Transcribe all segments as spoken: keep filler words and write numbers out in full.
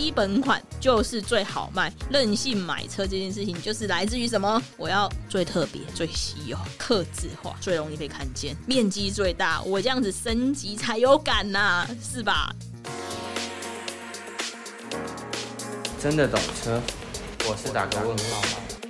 基本款就是最好卖，任性买车这件事情就是来自于什么？我要最特别、最稀有、客制化、最容易被看见、面积最大，我这样子升级才有感啊，是吧？ 真的懂车，我是打个问号。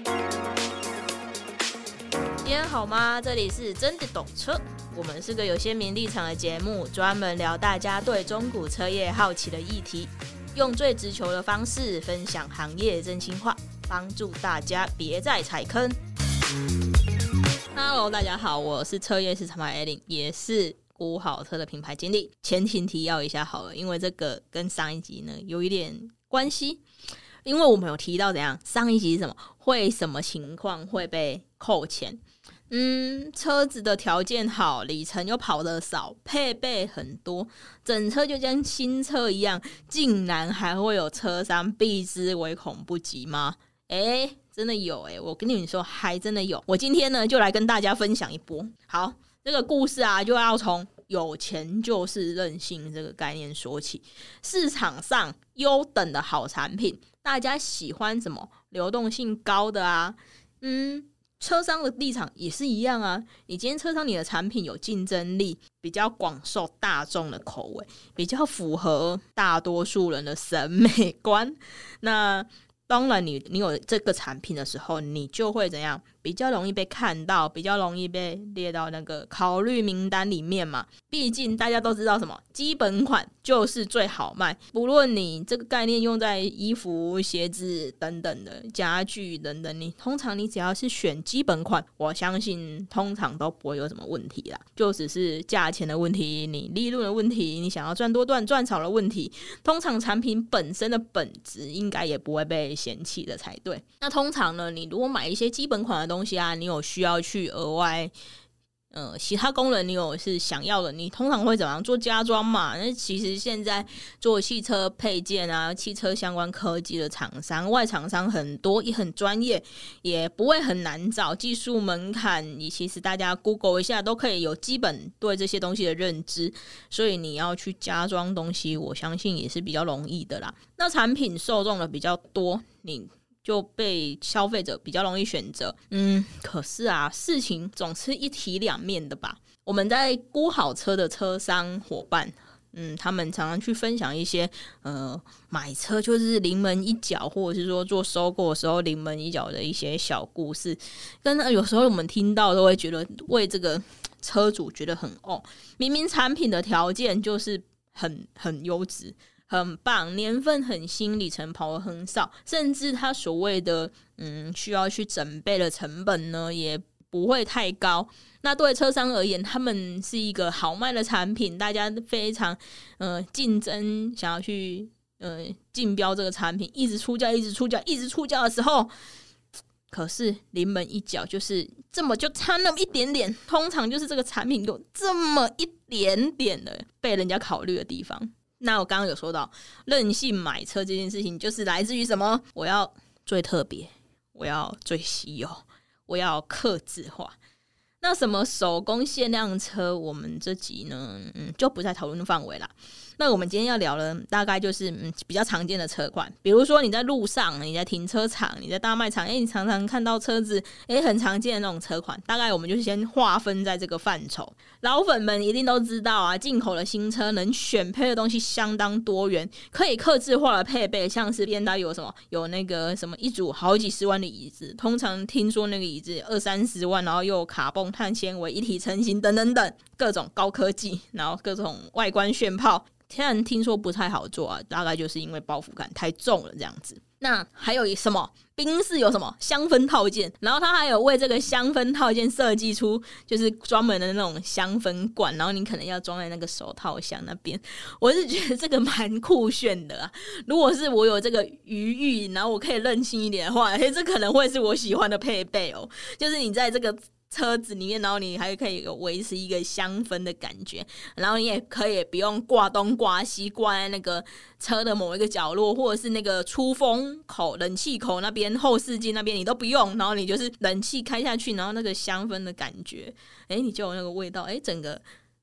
今天好吗？这里是真的懂车，我们是个有鲜明立场的节目，专门聊大家对中古车业好奇的议题，用最直球的方式分享行业真心话，帮助大家别再踩坑。Hello， 大家好，我是车业市场派 Elin， 也是估好车的品牌经理。前情提要一下好了，因为这个跟上一集呢有一点关系，因为我们有提到怎样，上一集是什么，会什么情况会被扣钱。嗯，车子的条件好，里程又跑得少，配备很多，整车就像新车一样，竟然还会有车商避之唯恐不及吗？诶，真的有诶，我跟你们说还真的有。我今天呢就来跟大家分享一波。好，这个故事啊就要从有钱就是任性这个概念说起。市场上优等的好产品，大家喜欢什么？流动性高的啊，嗯。车商的立场也是一样啊，你今天车商你的产品有竞争力，比较广受大众的口味，比较符合大多数人的审美观，那当然你你有这个产品的时候，你就会怎样，比较容易被看到，比较容易被列到那个考虑名单里面嘛。毕竟大家都知道什么，基本款就是最好卖，不论你这个概念用在衣服、鞋子等等的家具等等，你通常你只要是选基本款，我相信通常都不会有什么问题啦，就只是价钱的问题，你利润的问题，你想要赚多赚赚少的问题，通常产品本身的本质应该也不会被嫌弃的才对。那通常呢，你如果买一些基本款的东西啊，你有需要去额外呃，其他功能你有是想要的，你通常会怎么样做加装嘛？那其实现在做汽车配件啊、汽车相关科技的厂商，外厂商很多，也很专业，也不会很难找，技术门槛你其实大家 Google 一下都可以有基本对这些东西的认知，所以你要去加装东西，我相信也是比较容易的啦。那产品受众的比较多，你就被消费者比较容易选择。嗯，可是啊，事情总是一体两面的吧。我们在估好车的车商伙伴，嗯，他们常常去分享一些呃买车就是临门一脚，或者是说做收购的时候临门一脚的一些小故事。但有时候我们听到都会觉得为这个车主觉得很哦，明明产品的条件就是很很优质。很棒，年份很新，里程跑得很少，甚至它所谓的嗯需要去整备的成本呢也不会太高。那对车商而言，他们是一个好卖的产品，大家非常呃竞争，想要去呃竞标这个产品，一直出价，一直出价，一直出价的时候，可是临门一脚就是这么就差那么一点点，通常就是这个产品有这么一点点的被人家考虑的地方。那我刚刚有说到任性买车这件事情就是来自于什么？我要最特别，我要最稀有，我要客制化。那什么手工限量车，我们这集呢、嗯、就不在讨论范围啦。那我们今天要聊的大概就是、嗯、比较常见的车款，比如说你在路上，你在停车场，你在大卖场，诶你常常看到车子诶很常见的那种车款，大概我们就先划分在这个范畴。老粉们一定都知道啊，进口的新车能选配的东西相当多元，可以客制化的配备，像是 B M W 有什么有那个什么一组好几十万的椅子，通常听说那个椅子二三十万，然后又有卡泵碳纤维一体成型等等等，各种高科技，然后各种外观炫炮，虽然听说不太好做啊，大概就是因为包袱感太重了这样子。那还有什么？宾士有什么香氛套件，然后它还有为这个香氛套件设计出就是专门的那种香氛罐，然后你可能要装在那个手套箱那边。我是觉得这个蛮酷炫的啊，如果是我有这个余裕，然后我可以任性一点的话，这可能会是我喜欢的配备哦。就是你在这个车子里面，然后你还可以有维持一个香氛的感觉，然后你也可以不用挂东挂西，挂在那个车的某一个角落，或者是那个出风口、冷气口那边、后视镜那边你都不用，然后你就是冷气开下去，然后那个香氛的感觉，哎，你就有那个味道，哎，整个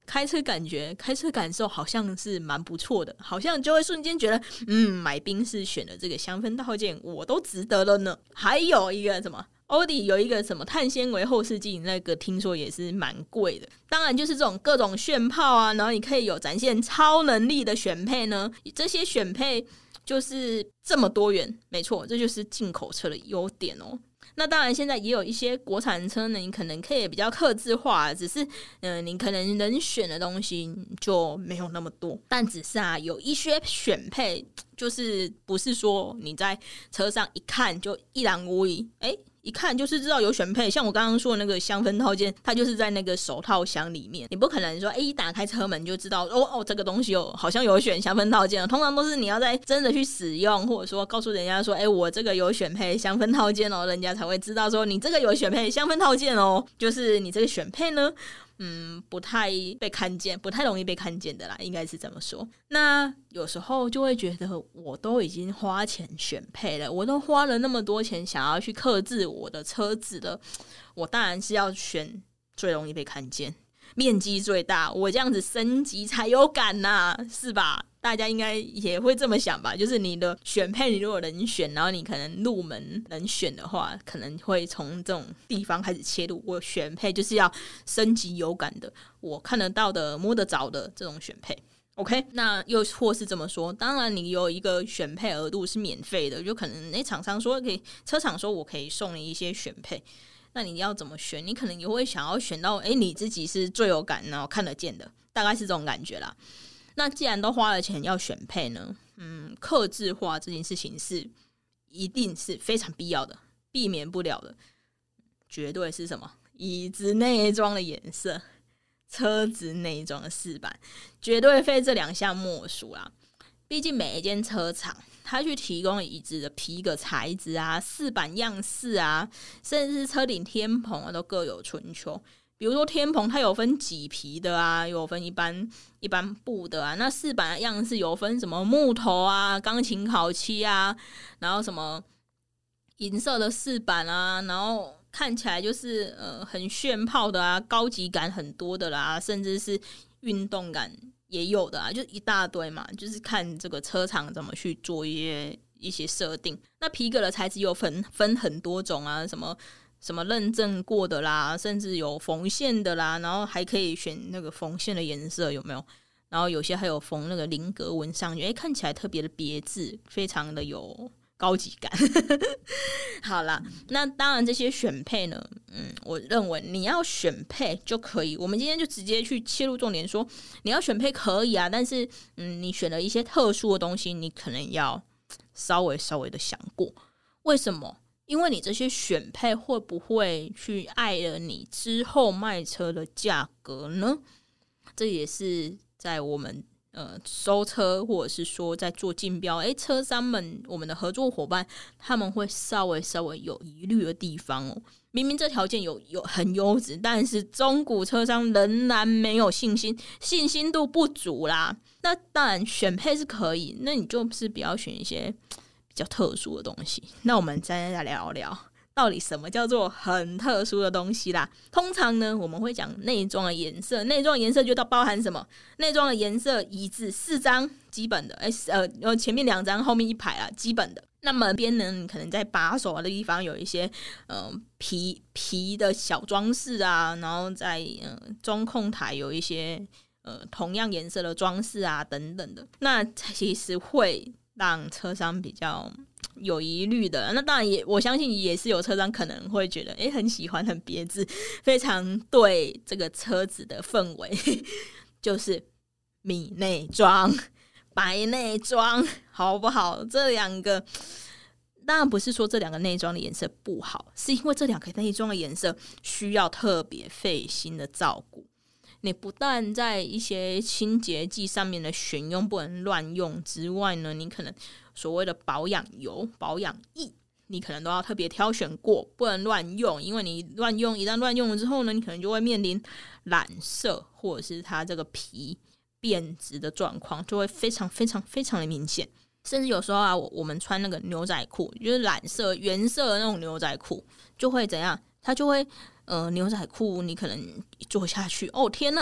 开车感觉开车感受好像是蛮不错的，好像就会瞬间觉得嗯，买宾士选的这个香氛套件我都值得了呢。还有一个什么欧迪有一个什么碳纤维后视镜，那个听说也是蛮贵的。当然就是这种各种炫炮啊，然后你可以有展现超能力的选配呢，这些选配就是这么多元，没错，这就是进口车的优点哦。那当然现在也有一些国产车呢，你可能可以比较客制化，只是呃，你可能能选的东西就没有那么多，但只是啊，有一些选配就是不是说你在车上一看就一览无遗，诶一看就是知道有选配，像我刚刚说的那个香氛套件，它就是在那个手套箱里面，你不可能说哎，一打开车门就知道哦哦，这个东西有好像有选香氛套件，通常都是你要在真的去使用，或者说告诉人家说哎，我这个有选配香氛套件哦，人家才会知道说你这个有选配香氛套件哦，就是你这个选配呢嗯，不太被看见，不太容易被看见的啦，应该是这么说。那有时候就会觉得，我都已经花钱选配了，我都花了那么多钱想要去客制我的车子了，我当然是要选最容易被看见、面积最大，我这样子升级才有感呐、啊，是吧？大家应该也会这么想吧，就是你的选配你如果能选，然后你可能入门能选的话，可能会从这种地方开始切入。我选配就是要升级有感的，我看得到的摸得着的这种选配。 OK， 那又或是这么说，当然你有一个选配额度是免费的，就可能那厂商说可以，车厂说我可以送你一些选配，那你要怎么选？你可能也会想要选到哎，你自己是最有感然后看得见的，大概是这种感觉啦。那既然都花了钱要选配呢，嗯，客制化这件事情是一定是非常必要的，避免不了的，绝对是什么？椅子内装的颜色，车子内装的饰板，绝对非这两项莫属啦。毕竟每一间车厂，它去提供椅子的皮革材质啊、饰板样式啊，甚至是车顶天棚啊，都各有春秋。比如说天棚它有分麂皮的啊，有分一般一般布的啊，那饰板的样式有分什么木头啊、钢琴烤漆啊，然后什么银色的饰板啊，然后看起来就是呃很炫炮的啊，高级感很多的啦，甚至是运动感也有的啊，就一大堆嘛，就是看这个车厂怎么去做一些一些设定。那皮革的材质有分分很多种啊，什么什么认证过的啦，甚至有缝线的啦，然后还可以选那个缝线的颜色有没有？然后有些还有缝那个菱格纹上去，哎，看起来特别的别致，非常的有高级感。好啦，那当然这些选配呢，嗯，我认为你要选配就可以。我们今天就直接去切入重点说，你要选配可以啊，但是嗯，你选了一些特殊的东西，你可能要稍微稍微的想过，为什么？因为你这些选配会不会去碍了你之后卖车的价格呢？这也是在我们呃收车或者是说在做竞标，诶，车商们我们的合作伙伴他们会稍微稍微有疑虑的地方哦。明明这条件有有很优质，但是中古车商仍然没有信心，信心度不足啦。那当然选配是可以，那你就是不要选一些比较特殊的东西。那我们再来聊聊到底什么叫做很特殊的东西啦。通常呢我们会讲内装的颜色，内装的颜色就到包含什么？内装的颜色一致四张基本的，欸、呃前面两张后面一排啊基本的。那门边呢你可能在把手的地方有一些呃皮皮的小装饰啊，然后在呃中控台有一些呃同样颜色的装饰啊等等的，那其实会让车商比较有疑虑的。那当然也我相信也是有车商可能会觉得诶很喜欢很别致，非常对这个车子的氛围就是米内装白内装好不好？这两个当然不是说这两个内装的颜色不好，是因为这两个内装的颜色需要特别费心的照顾。你不但在一些清洁剂上面的选用不能乱用之外呢，你可能所谓的保养油、保养液，你可能都要特别挑选过，不能乱用。因为你乱用，一旦乱用了之后呢，你可能就会面临染色或者是它这个皮变质的状况，就会非常非常非常的明显。甚至有时候啊，我我们穿那个牛仔裤，就是染色原色的那种牛仔裤，就会怎样？它就会呃，牛仔裤你可能一坐下去，哦天哪，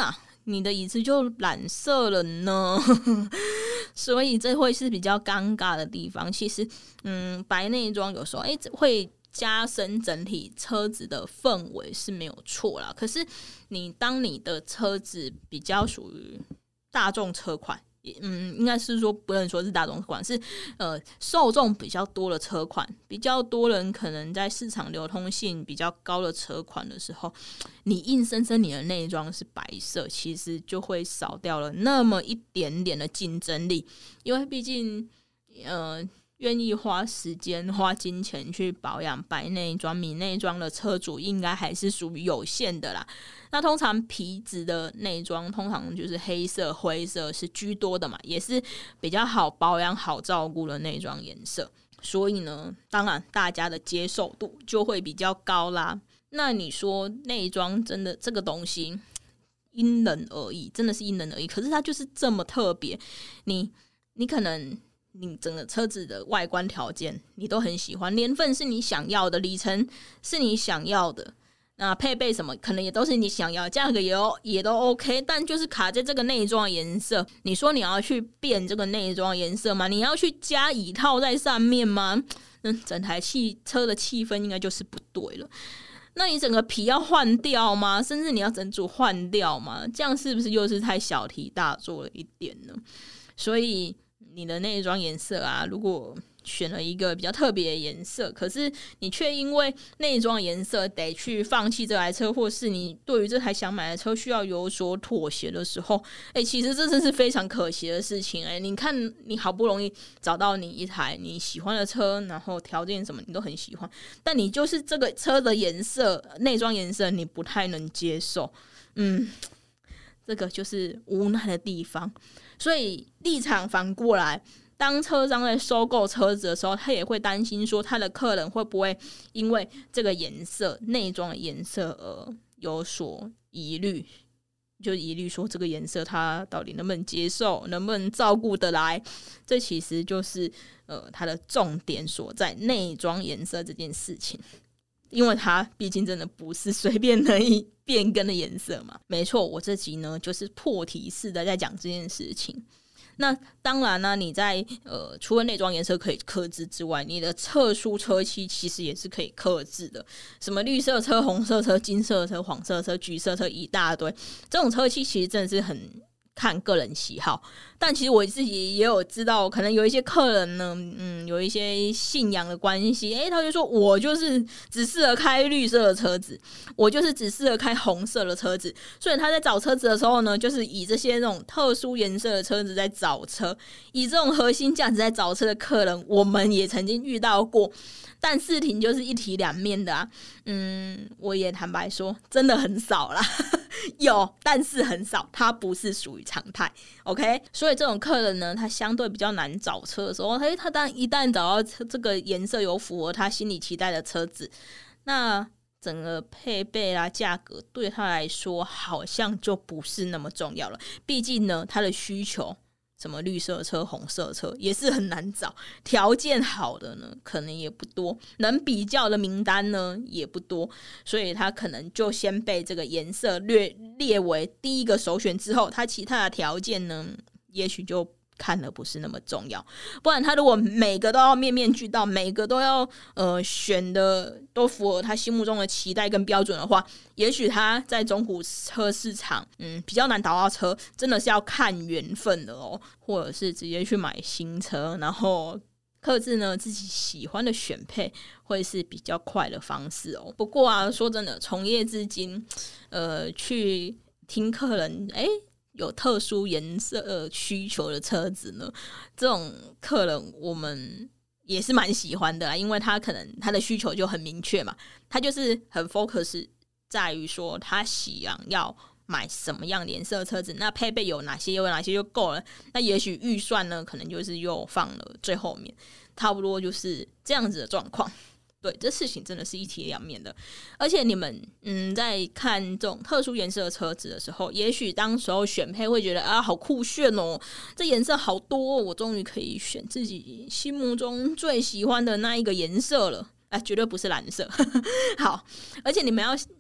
你的椅子就染色了呢？所以这会是比较尴尬的地方。其实，嗯，白内装有时候哎会加深整体车子的氛围是没有错啦。可是你当你的车子比较属于大众车款，嗯，应该是说不能说是大众车款，是呃受众比较多的车款，比较多人可能在市场流通性比较高的车款的时候，你硬生生你的内装是白色，其实就会少掉了那么一点点的竞争力，因为毕竟呃愿意花时间花金钱去保养白内装米内装的车主应该还是属于有限的啦。那通常皮质的内装通常就是黑色灰色是居多的嘛，也是比较好保养好照顾的内装颜色，所以呢当然大家的接受度就会比较高啦。那你说内装真的这个东西因人而异，真的是因人而异，可是它就是这么特别，你你可能你整个车子的外观条件你都很喜欢，年份是你想要的，里程是你想要的，那配备什么可能也都是你想要，价格也都也都 OK， 但就是卡在这个内装颜色。你说你要去变这个内装颜色吗？你要去加椅套在上面吗？嗯，整台汽车的气氛应该就是不对了。那你整个皮要换掉吗？甚至你要整组换掉吗？这样是不是又是太小题大做了一点呢？所以你的内装颜色啊，如果选了一个比较特别的颜色，可是你却因为内装颜色得去放弃这台车，或是你对于这台想买的车需要有所妥协的时候，欸，其实这真是非常可惜的事情。欸，你看你好不容易找到你一台你喜欢的车，然后条件什么你都很喜欢，但你就是这个车的颜色内装颜色你不太能接受，嗯，这个就是无奈的地方。所以立场反过来，当车商在收购车子的时候，他也会担心说他的客人会不会因为这个颜色内装的颜色而有所疑虑，就疑虑说这个颜色他到底能不能接受，能不能照顾得来。这其实就是呃它的重点所在，内装颜色这件事情，因为它毕竟真的不是随便能以变更的颜色嘛。没错，我这集呢就是破题式的在讲这件事情。那当然呢，你在呃除了内装颜色可以客制之外，你的特殊车漆其实也是可以客制的，什么绿色车、红色车、金色车、黄色车、橘色车一大堆，这种车漆其实真的是很看个人喜好。但其实我自己也有知道，可能有一些客人呢，嗯，有一些信仰的关系，诶，他就说我就是只适合开绿色的车子，我就是只适合开红色的车子，所以他在找车子的时候呢，就是以这些那种特殊颜色的车子在找车，以这种核心价值在找车的客人，我们也曾经遇到过。但事情就是一体两面的啊，嗯，我也坦白说，真的很少啦，有，但是很少，它不是属于常态 ，OK？ 所以这种客人呢，他相对比较难找车的时候，他他当一旦找到这个颜色有符合他心里期待的车子，那整个配备啦、价格对他来说好像就不是那么重要了。毕竟呢，他的需求。什么绿色车、红色车也是很难找，条件好的呢可能也不多，能比较的名单呢也不多，所以他可能就先被这个颜色列列为第一个首选，之后他其他的条件呢也许就看了不是那么重要。不然他如果每个都要面面俱到，每个都要呃选的都符合他心目中的期待跟标准的话，也许他在中古车市场嗯比较难找到车，真的是要看缘分的哦，或者是直接去买新车，然后客制呢自己喜欢的选配会是比较快的方式哦。不过啊，说真的，从业至今呃去听客人诶有特殊颜色需求的车子呢，这种客人我们也是蛮喜欢的啦，因为他可能他的需求就很明确嘛，他就是很 focus 在于说他想要买什么样的颜色的车子，那配备有哪些有哪些就够了，那也许预算呢可能就是又放了最后面，差不多就是这样子的状况。对，这事情真的是一体两面的。而且你们嗯在看这种特殊颜色的车子的时候，也许当时候选配会觉得啊好酷炫哦，这颜色好多哦，我终于可以选自己心目中最喜欢的那一个颜色了。啊，绝对不是蓝色好，而且你们要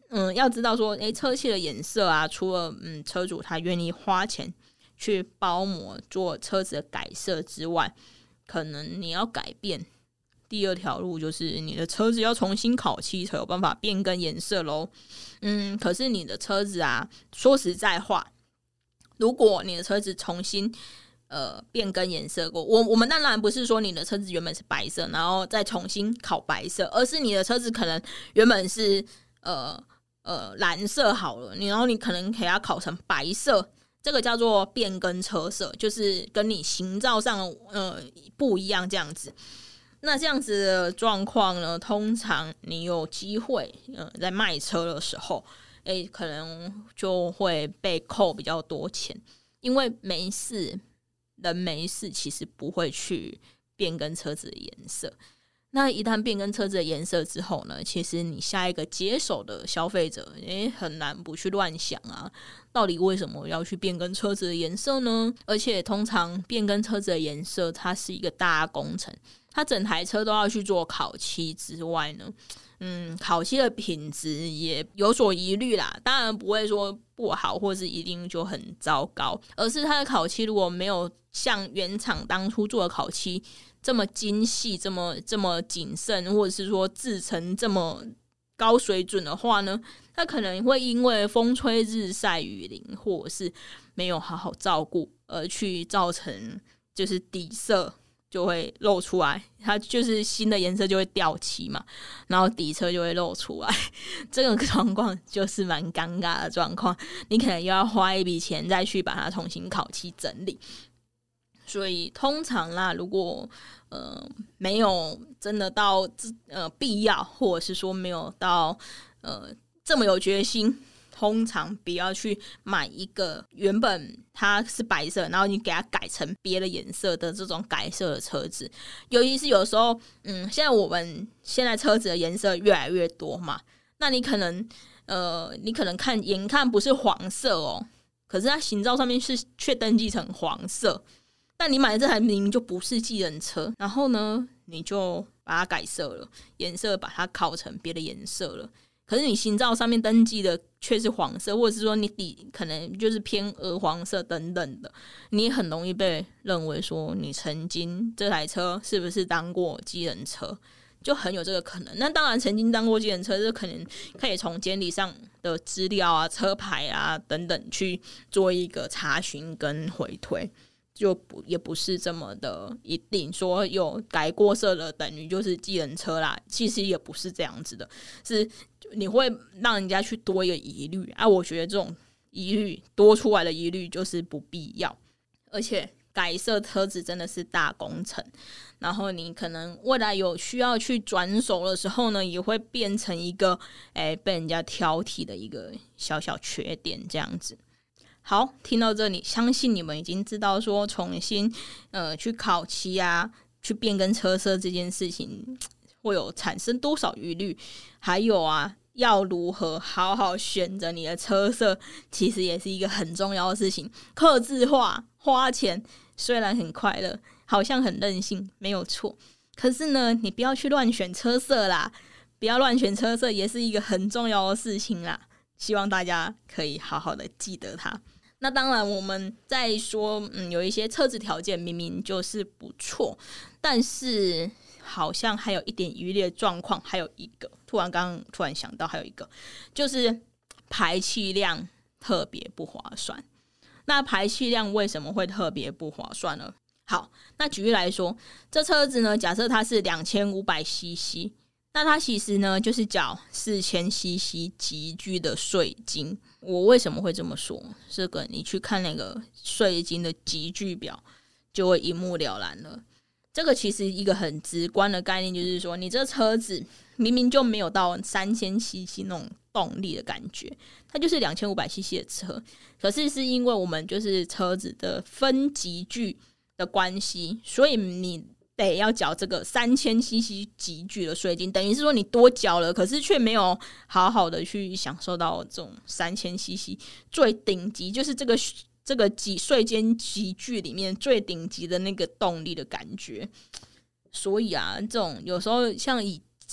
嗯，要知道说，诶，车漆的颜色啊，除了嗯车主他愿意花钱去包膜做车子的改色之外，可能你要改变第二条路，就是你的车子要重新烤漆才有办法变更颜色咯。嗯，可是你的车子啊，说实在话，如果你的车子重新呃变更颜色过，我我们当然不是说你的车子原本是白色，然后再重新烤白色，而是你的车子可能原本是呃呃蓝色好了，你然后你可能给它烤成白色，这个叫做变更车色，就是跟你行照上呃不一样这样子。那这样子的状况呢，通常你有机会呃在卖车的时候，诶可能就会被扣比较多钱，因为没事人没事其实不会去变更车子的颜色。那一旦变更车子的颜色之后呢，其实你下一个接手的消费者也很难不去乱想啊，到底为什么要去变更车子的颜色呢？而且通常变更车子的颜色它是一个大工程，它整台车都要去做烤漆之外呢，嗯，烤漆的品质也有所疑虑啦。当然不会说不好或是一定就很糟糕，而是它的烤漆如果没有像原厂当初做的烤漆这么精细、这么这么谨慎，或者是说制成这么高水准的话呢，它可能会因为风吹日晒雨淋，或者是没有好好照顾，而去造成就是底色就会露出来，它就是新的颜色就会掉漆嘛，然后底车就会露出来，这个状况就是蛮尴尬的状况，你可能又要花一笔钱再去把它重新烤漆整理。所以通常啦，如果呃没有真的到呃必要，或者是说没有到呃这么有决心，通常不要去买一个原本它是白色，然后你给它改成别的颜色的这种改色的车子。尤其是有时候，嗯，现在我们现在车子的颜色越来越多嘛，那你可能呃，你可能看眼看不是黄色哦，可是它行照上面是却登记成黄色。但你买的这台明明就不是计程车，然后呢，你就把它改色了，颜色把它烤成别的颜色了。可是你行照上面登记的却是黄色，或者是说你底可能就是偏鹅黄色等等的，你很容易被认为说你曾经这台车是不是当过计程车，就很有这个可能。那当然，曾经当过计程车，这可能可以从监理上的资料啊、车牌啊等等去做一个查询跟回推。就不也不是这么的一定说有改过色的等于就是计程车啦，其实也不是这样子的，是你会让人家去多一个疑虑啊。我觉得这种疑虑多出来的疑虑就是不必要，而且改色车子真的是大工程，然后你可能未来有需要去转手的时候呢，也会变成一个诶被人家挑剔的一个小小缺点这样子。好，听到这里，相信你们已经知道说重新呃去烤漆啊，去变更车色这件事情会有产生多少疑虑，还有啊，要如何好好选择你的车色，其实也是一个很重要的事情。客制化花钱虽然很快乐，好像很任性，没有错，可是呢，你不要去乱选车色啦，不要乱选车色也是一个很重要的事情啦。希望大家可以好好的记得它。那当然我们在说嗯，有一些车子条件明明就是不错，但是好像还有一点余力的状况，还有一个突然刚刚突然想到还有一个就是排气量特别不划算。那排气量为什么会特别不划算呢？好，那举例来说，这车子呢，假设它是两千五百 C C， 那它其实呢就是缴四千 C C 集聚的税金。我为什么会这么说？这个你去看那个税金的集聚表就会一目了然了。这个其实一个很直观的概念就是说，你这车子明明就没有到三千 C C 那种动力的感觉，它就是两千五百 C C 的车，可是是因为我们就是车子的分集聚的关系，所以你得要缴这个三千 C C 集聚的税金，等于是说你多缴了，可是却没有好好的去享受到这种三千 C C 最顶级，就是这个这个税金集聚里面最顶级的那个动力的感觉。所以啊，这种有时候像以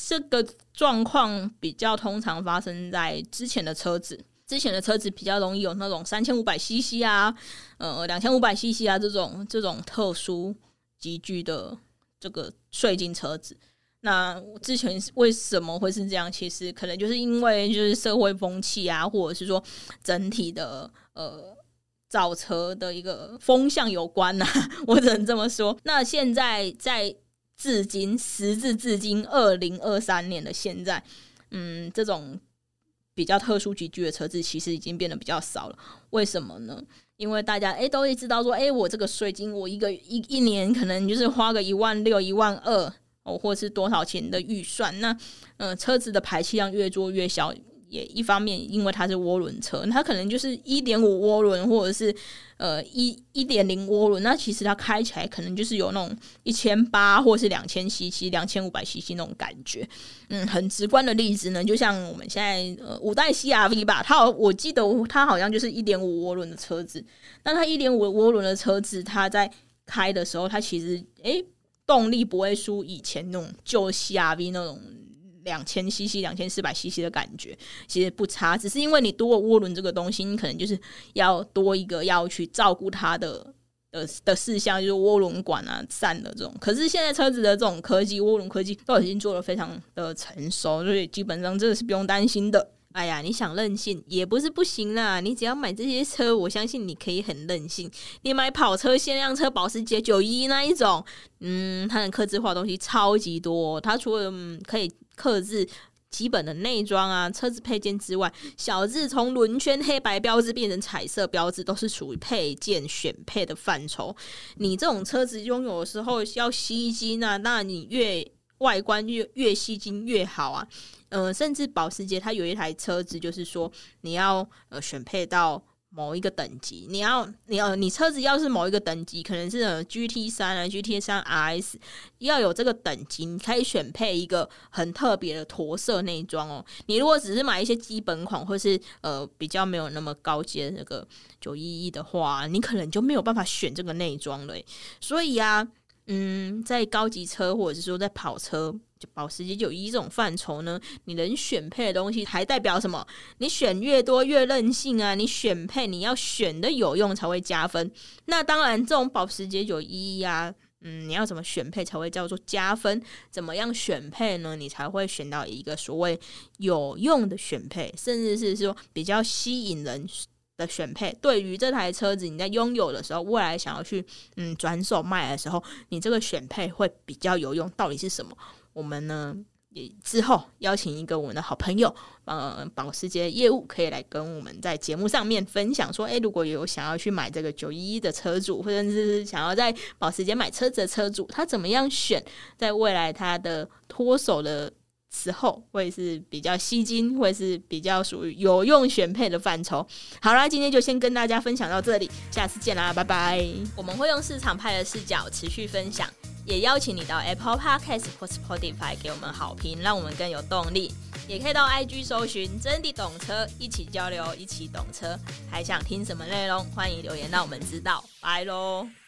这个状况比较通常发生在之前的车子，之前的车子比较容易有那种三千五百 C C 啊，呃，两千五百 C C 啊这种这种特殊级距的这个税金车子。那之前为什么会是这样？其实可能就是因为就是社会风气啊，或者是说整体的呃造车的一个风向有关啊，我只能这么说。那现在在至今时至至今二零二三年的现在，嗯，这种比较特殊级距的车子其实已经变得比较少了。为什么呢？因为大家哎都会知道说，哎，我这个税金我一个一一年可能就是花个一万六、一万二哦，或是多少钱的预算。那呃，车子的排气量越做越小。也一方面因为它是涡轮车，它可能就是 一点五 涡轮或者是呃 一点零 涡轮，那其实它开起来可能就是有那种一千八或是两千 C C 两千五百 C C 那种感觉。嗯，很直观的例子呢，就像我们现在呃五代 C R V 吧，它我记得它好像就是 一点五 涡轮的车子。那它 一点五 涡轮的车子，它在开的时候，它其实诶动力不会输以前那种旧 C R V 那种两千 C C 两千四百 C C 的感觉，其实不差，只是因为你多了涡轮这个东西，你可能就是要多一个要去照顾它的的的事项，就是涡轮管啊散的这种。可是现在车子的这种科技，涡轮科技都已经做得非常的成熟，所以基本上这个是不用担心的。哎呀，你想任性也不是不行啦，你只要买这些车，我相信你可以很任性。你买跑车、限量车、保时捷九一一那一种，嗯，它的客制化的东西超级多。它除了、嗯、可以客制基本的内装啊、车子配件之外，小至从轮圈黑白标志变成彩色标志，都是属于配件选配的范畴。你这种车子拥有的时候要吸金啊，那你越外观越越吸金越好啊。呃，甚至保时捷它有一台车子，就是说你要呃选配到某一个等级，你要你要你车子要是某一个等级，可能是、呃、G T 三 啊 G T 三 R S， 要有这个等级，你可以选配一个很特别的驼色内装哦。你如果只是买一些基本款，或是呃比较没有那么高阶的那个九一一的话，你可能就没有办法选这个内装了。所以啊，嗯，在高级车或者是说在跑车，保时捷九一一这种范畴呢，你能选配的东西还代表什么？你选越多越任性啊！你选配你要选的有用才会加分。那当然，这种保时捷九一一啊，嗯，你要怎么选配才会叫做加分？怎么样选配呢？你才会选到一个所谓有用的选配，甚至是说比较吸引人的选配。对于这台车子你在拥有的时候，未来想要去嗯转手卖的时候，你这个选配会比较有用。到底是什么？我们呢也之后邀请一个我们的好朋友，呃，保时捷业务可以来跟我们在节目上面分享说，诶，如果有想要去买这个九一一的车主，或者是想要在保时捷买车子的车主，他怎么样选，在未来他的脱手的时候会是比较吸睛，会是比较属于有用选配的范畴。好啦，今天就先跟大家分享到这里，下次见啦，拜拜。我们会用市场派的视角持续分享，也邀请你到 Apple Podcast 或 Spotify 给我们好评，让我们更有动力。也可以到 I G 搜寻真的懂车，一起交流，一起懂车。还想听什么内容？欢迎留言让我们知道。拜咯。